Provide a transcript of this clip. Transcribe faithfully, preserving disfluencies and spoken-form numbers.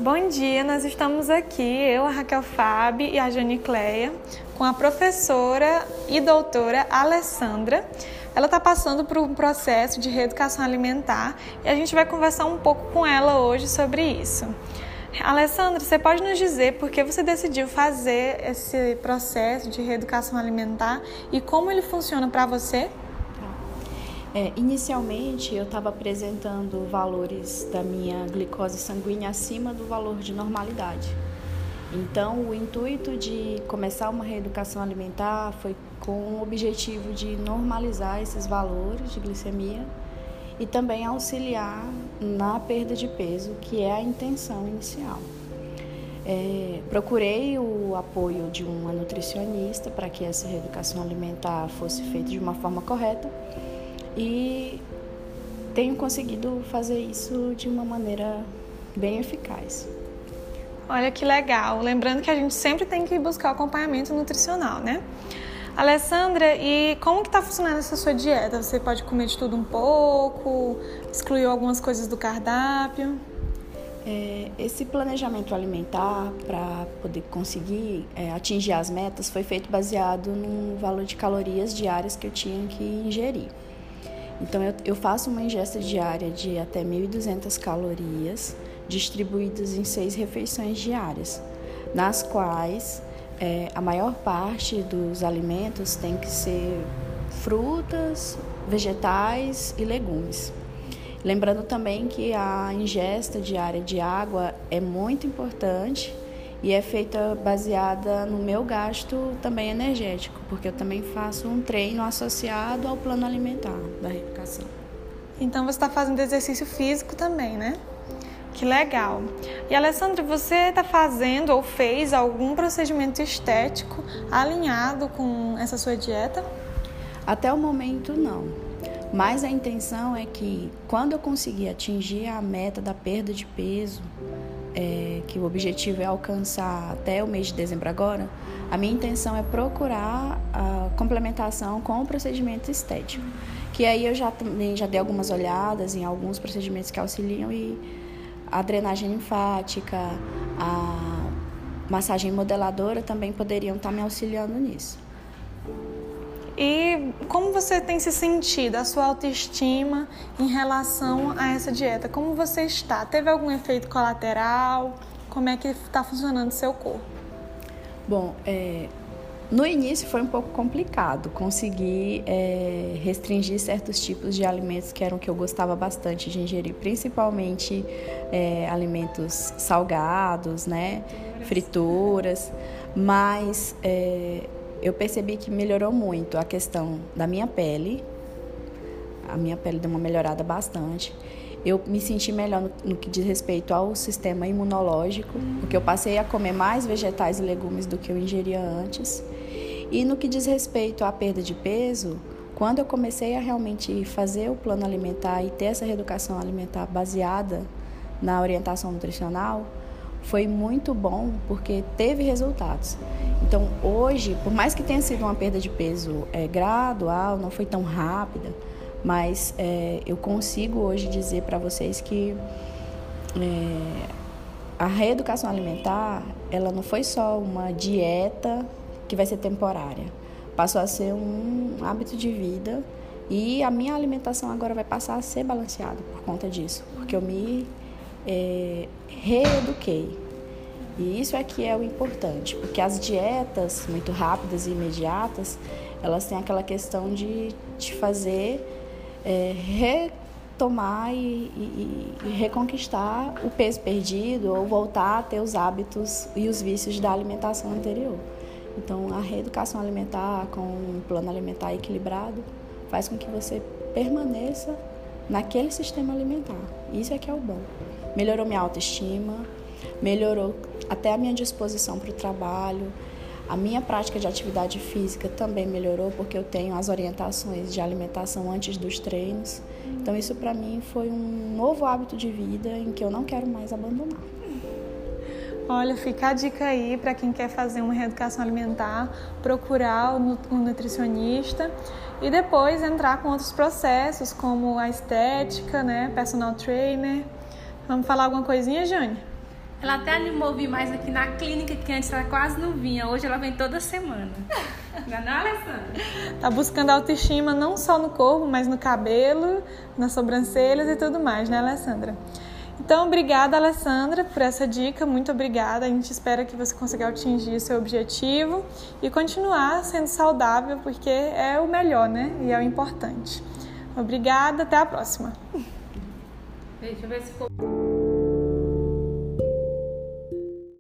Bom dia, nós estamos aqui, eu, a Raquel Fabi e a Jane Cleia, com a professora e doutora Alessandra. Ela está passando por um processo de reeducação alimentar e a gente vai conversar um pouco com ela hoje sobre isso. Alessandra, você pode nos dizer por que você decidiu fazer esse processo de reeducação alimentar e como ele funciona para você? É, inicialmente, eu estava apresentando valores da minha glicose sanguínea acima do valor de normalidade. Então, o intuito de começar uma reeducação alimentar foi com o objetivo de normalizar esses valores de glicemia e também auxiliar na perda de peso, que é a intenção inicial. É, procurei o apoio de uma nutricionista para que essa reeducação alimentar fosse feita de uma forma correta. E tenho conseguido fazer isso de uma maneira bem eficaz. Olha que legal. Lembrando que a gente sempre tem que buscar o acompanhamento nutricional, né? Alessandra, e como que está funcionando essa sua dieta? Você pode comer de tudo um pouco? Excluiu algumas coisas do cardápio? É, esse planejamento alimentar para poder conseguir é, atingir as metas foi feito baseado no valor de calorias diárias que eu tinha que ingerir. Então, eu, eu faço uma ingesta diária de até mil e duzentas calorias, distribuídas em seis refeições diárias, nas quais é, a maior parte dos alimentos tem que ser frutas, vegetais e legumes. Lembrando também que a ingesta diária de água é muito importante e é feita baseada no meu gasto também energético, porque eu também faço um treino associado ao plano alimentar da reeducação. Então você está fazendo exercício físico também, né? Que legal. E Alessandra, você está fazendo ou fez algum procedimento estético alinhado com essa sua dieta? Até o momento não, mas a intenção é que quando eu conseguir atingir a meta da perda de peso, É, que o objetivo é alcançar até o mês de dezembro agora, a minha intenção é procurar a complementação com o procedimento estético, que aí eu já, também já dei algumas olhadas em alguns procedimentos que auxiliam e a drenagem linfática, a massagem modeladora também poderiam estar me auxiliando nisso. E como você tem se sentido, a sua autoestima em relação a essa dieta? Como você está? Teve algum efeito colateral? Como é que está funcionando o seu corpo? Bom, é, no início foi um pouco complicado conseguir é, restringir certos tipos de alimentos que eram que eu gostava bastante de ingerir, principalmente é, alimentos salgados, né, frituras, mas é, eu percebi que melhorou muito a questão da minha pele. A minha pele deu uma melhorada bastante. Eu me senti melhor no, no que diz respeito ao sistema imunológico, porque eu passei a comer mais vegetais e legumes do que eu ingeria antes. E no que diz respeito à perda de peso, quando eu comecei a realmente fazer o plano alimentar e ter essa reeducação alimentar baseada na orientação nutricional, foi muito bom porque teve resultados. Então, hoje, por mais que tenha sido uma perda de peso é, gradual, não foi tão rápida, mas é, eu consigo hoje dizer para vocês que é, a reeducação alimentar, ela não foi só uma dieta que vai ser temporária, passou a ser um hábito de vida e a minha alimentação agora vai passar a ser balanceada por conta disso, porque eu me é, reeduquei. E isso é que é o importante, porque as dietas muito rápidas e imediatas, elas têm aquela questão de te fazer é, retomar e, e, e reconquistar o peso perdido ou voltar a ter os hábitos e os vícios da alimentação anterior. Então, a reeducação alimentar com um plano alimentar equilibrado faz com que você permaneça naquele sistema alimentar. Isso é que é o bom. Melhorou minha autoestima, melhorou até a minha disposição para o trabalho, a minha prática de atividade física também melhorou porque eu tenho as orientações de alimentação antes dos treinos. Então isso para mim foi um novo hábito de vida em que eu não quero mais abandonar. Olha, fica a dica aí para quem quer fazer uma reeducação alimentar, procurar um nutricionista e depois entrar com outros processos como a estética, né, personal trainer. Vamos falar alguma coisinha, Jane? Ela até animou a vir mais aqui na clínica, que antes ela quase não vinha. Hoje ela vem toda semana. Não é não, Alessandra? Tá buscando autoestima não só no corpo, mas no cabelo, nas sobrancelhas e tudo mais, né, Alessandra? Então, obrigada, Alessandra, por essa dica. Muito obrigada. A gente espera que você consiga atingir seu objetivo e continuar sendo saudável, porque é o melhor, né? E é o importante. Obrigada, até a próxima. Deixa eu ver se for...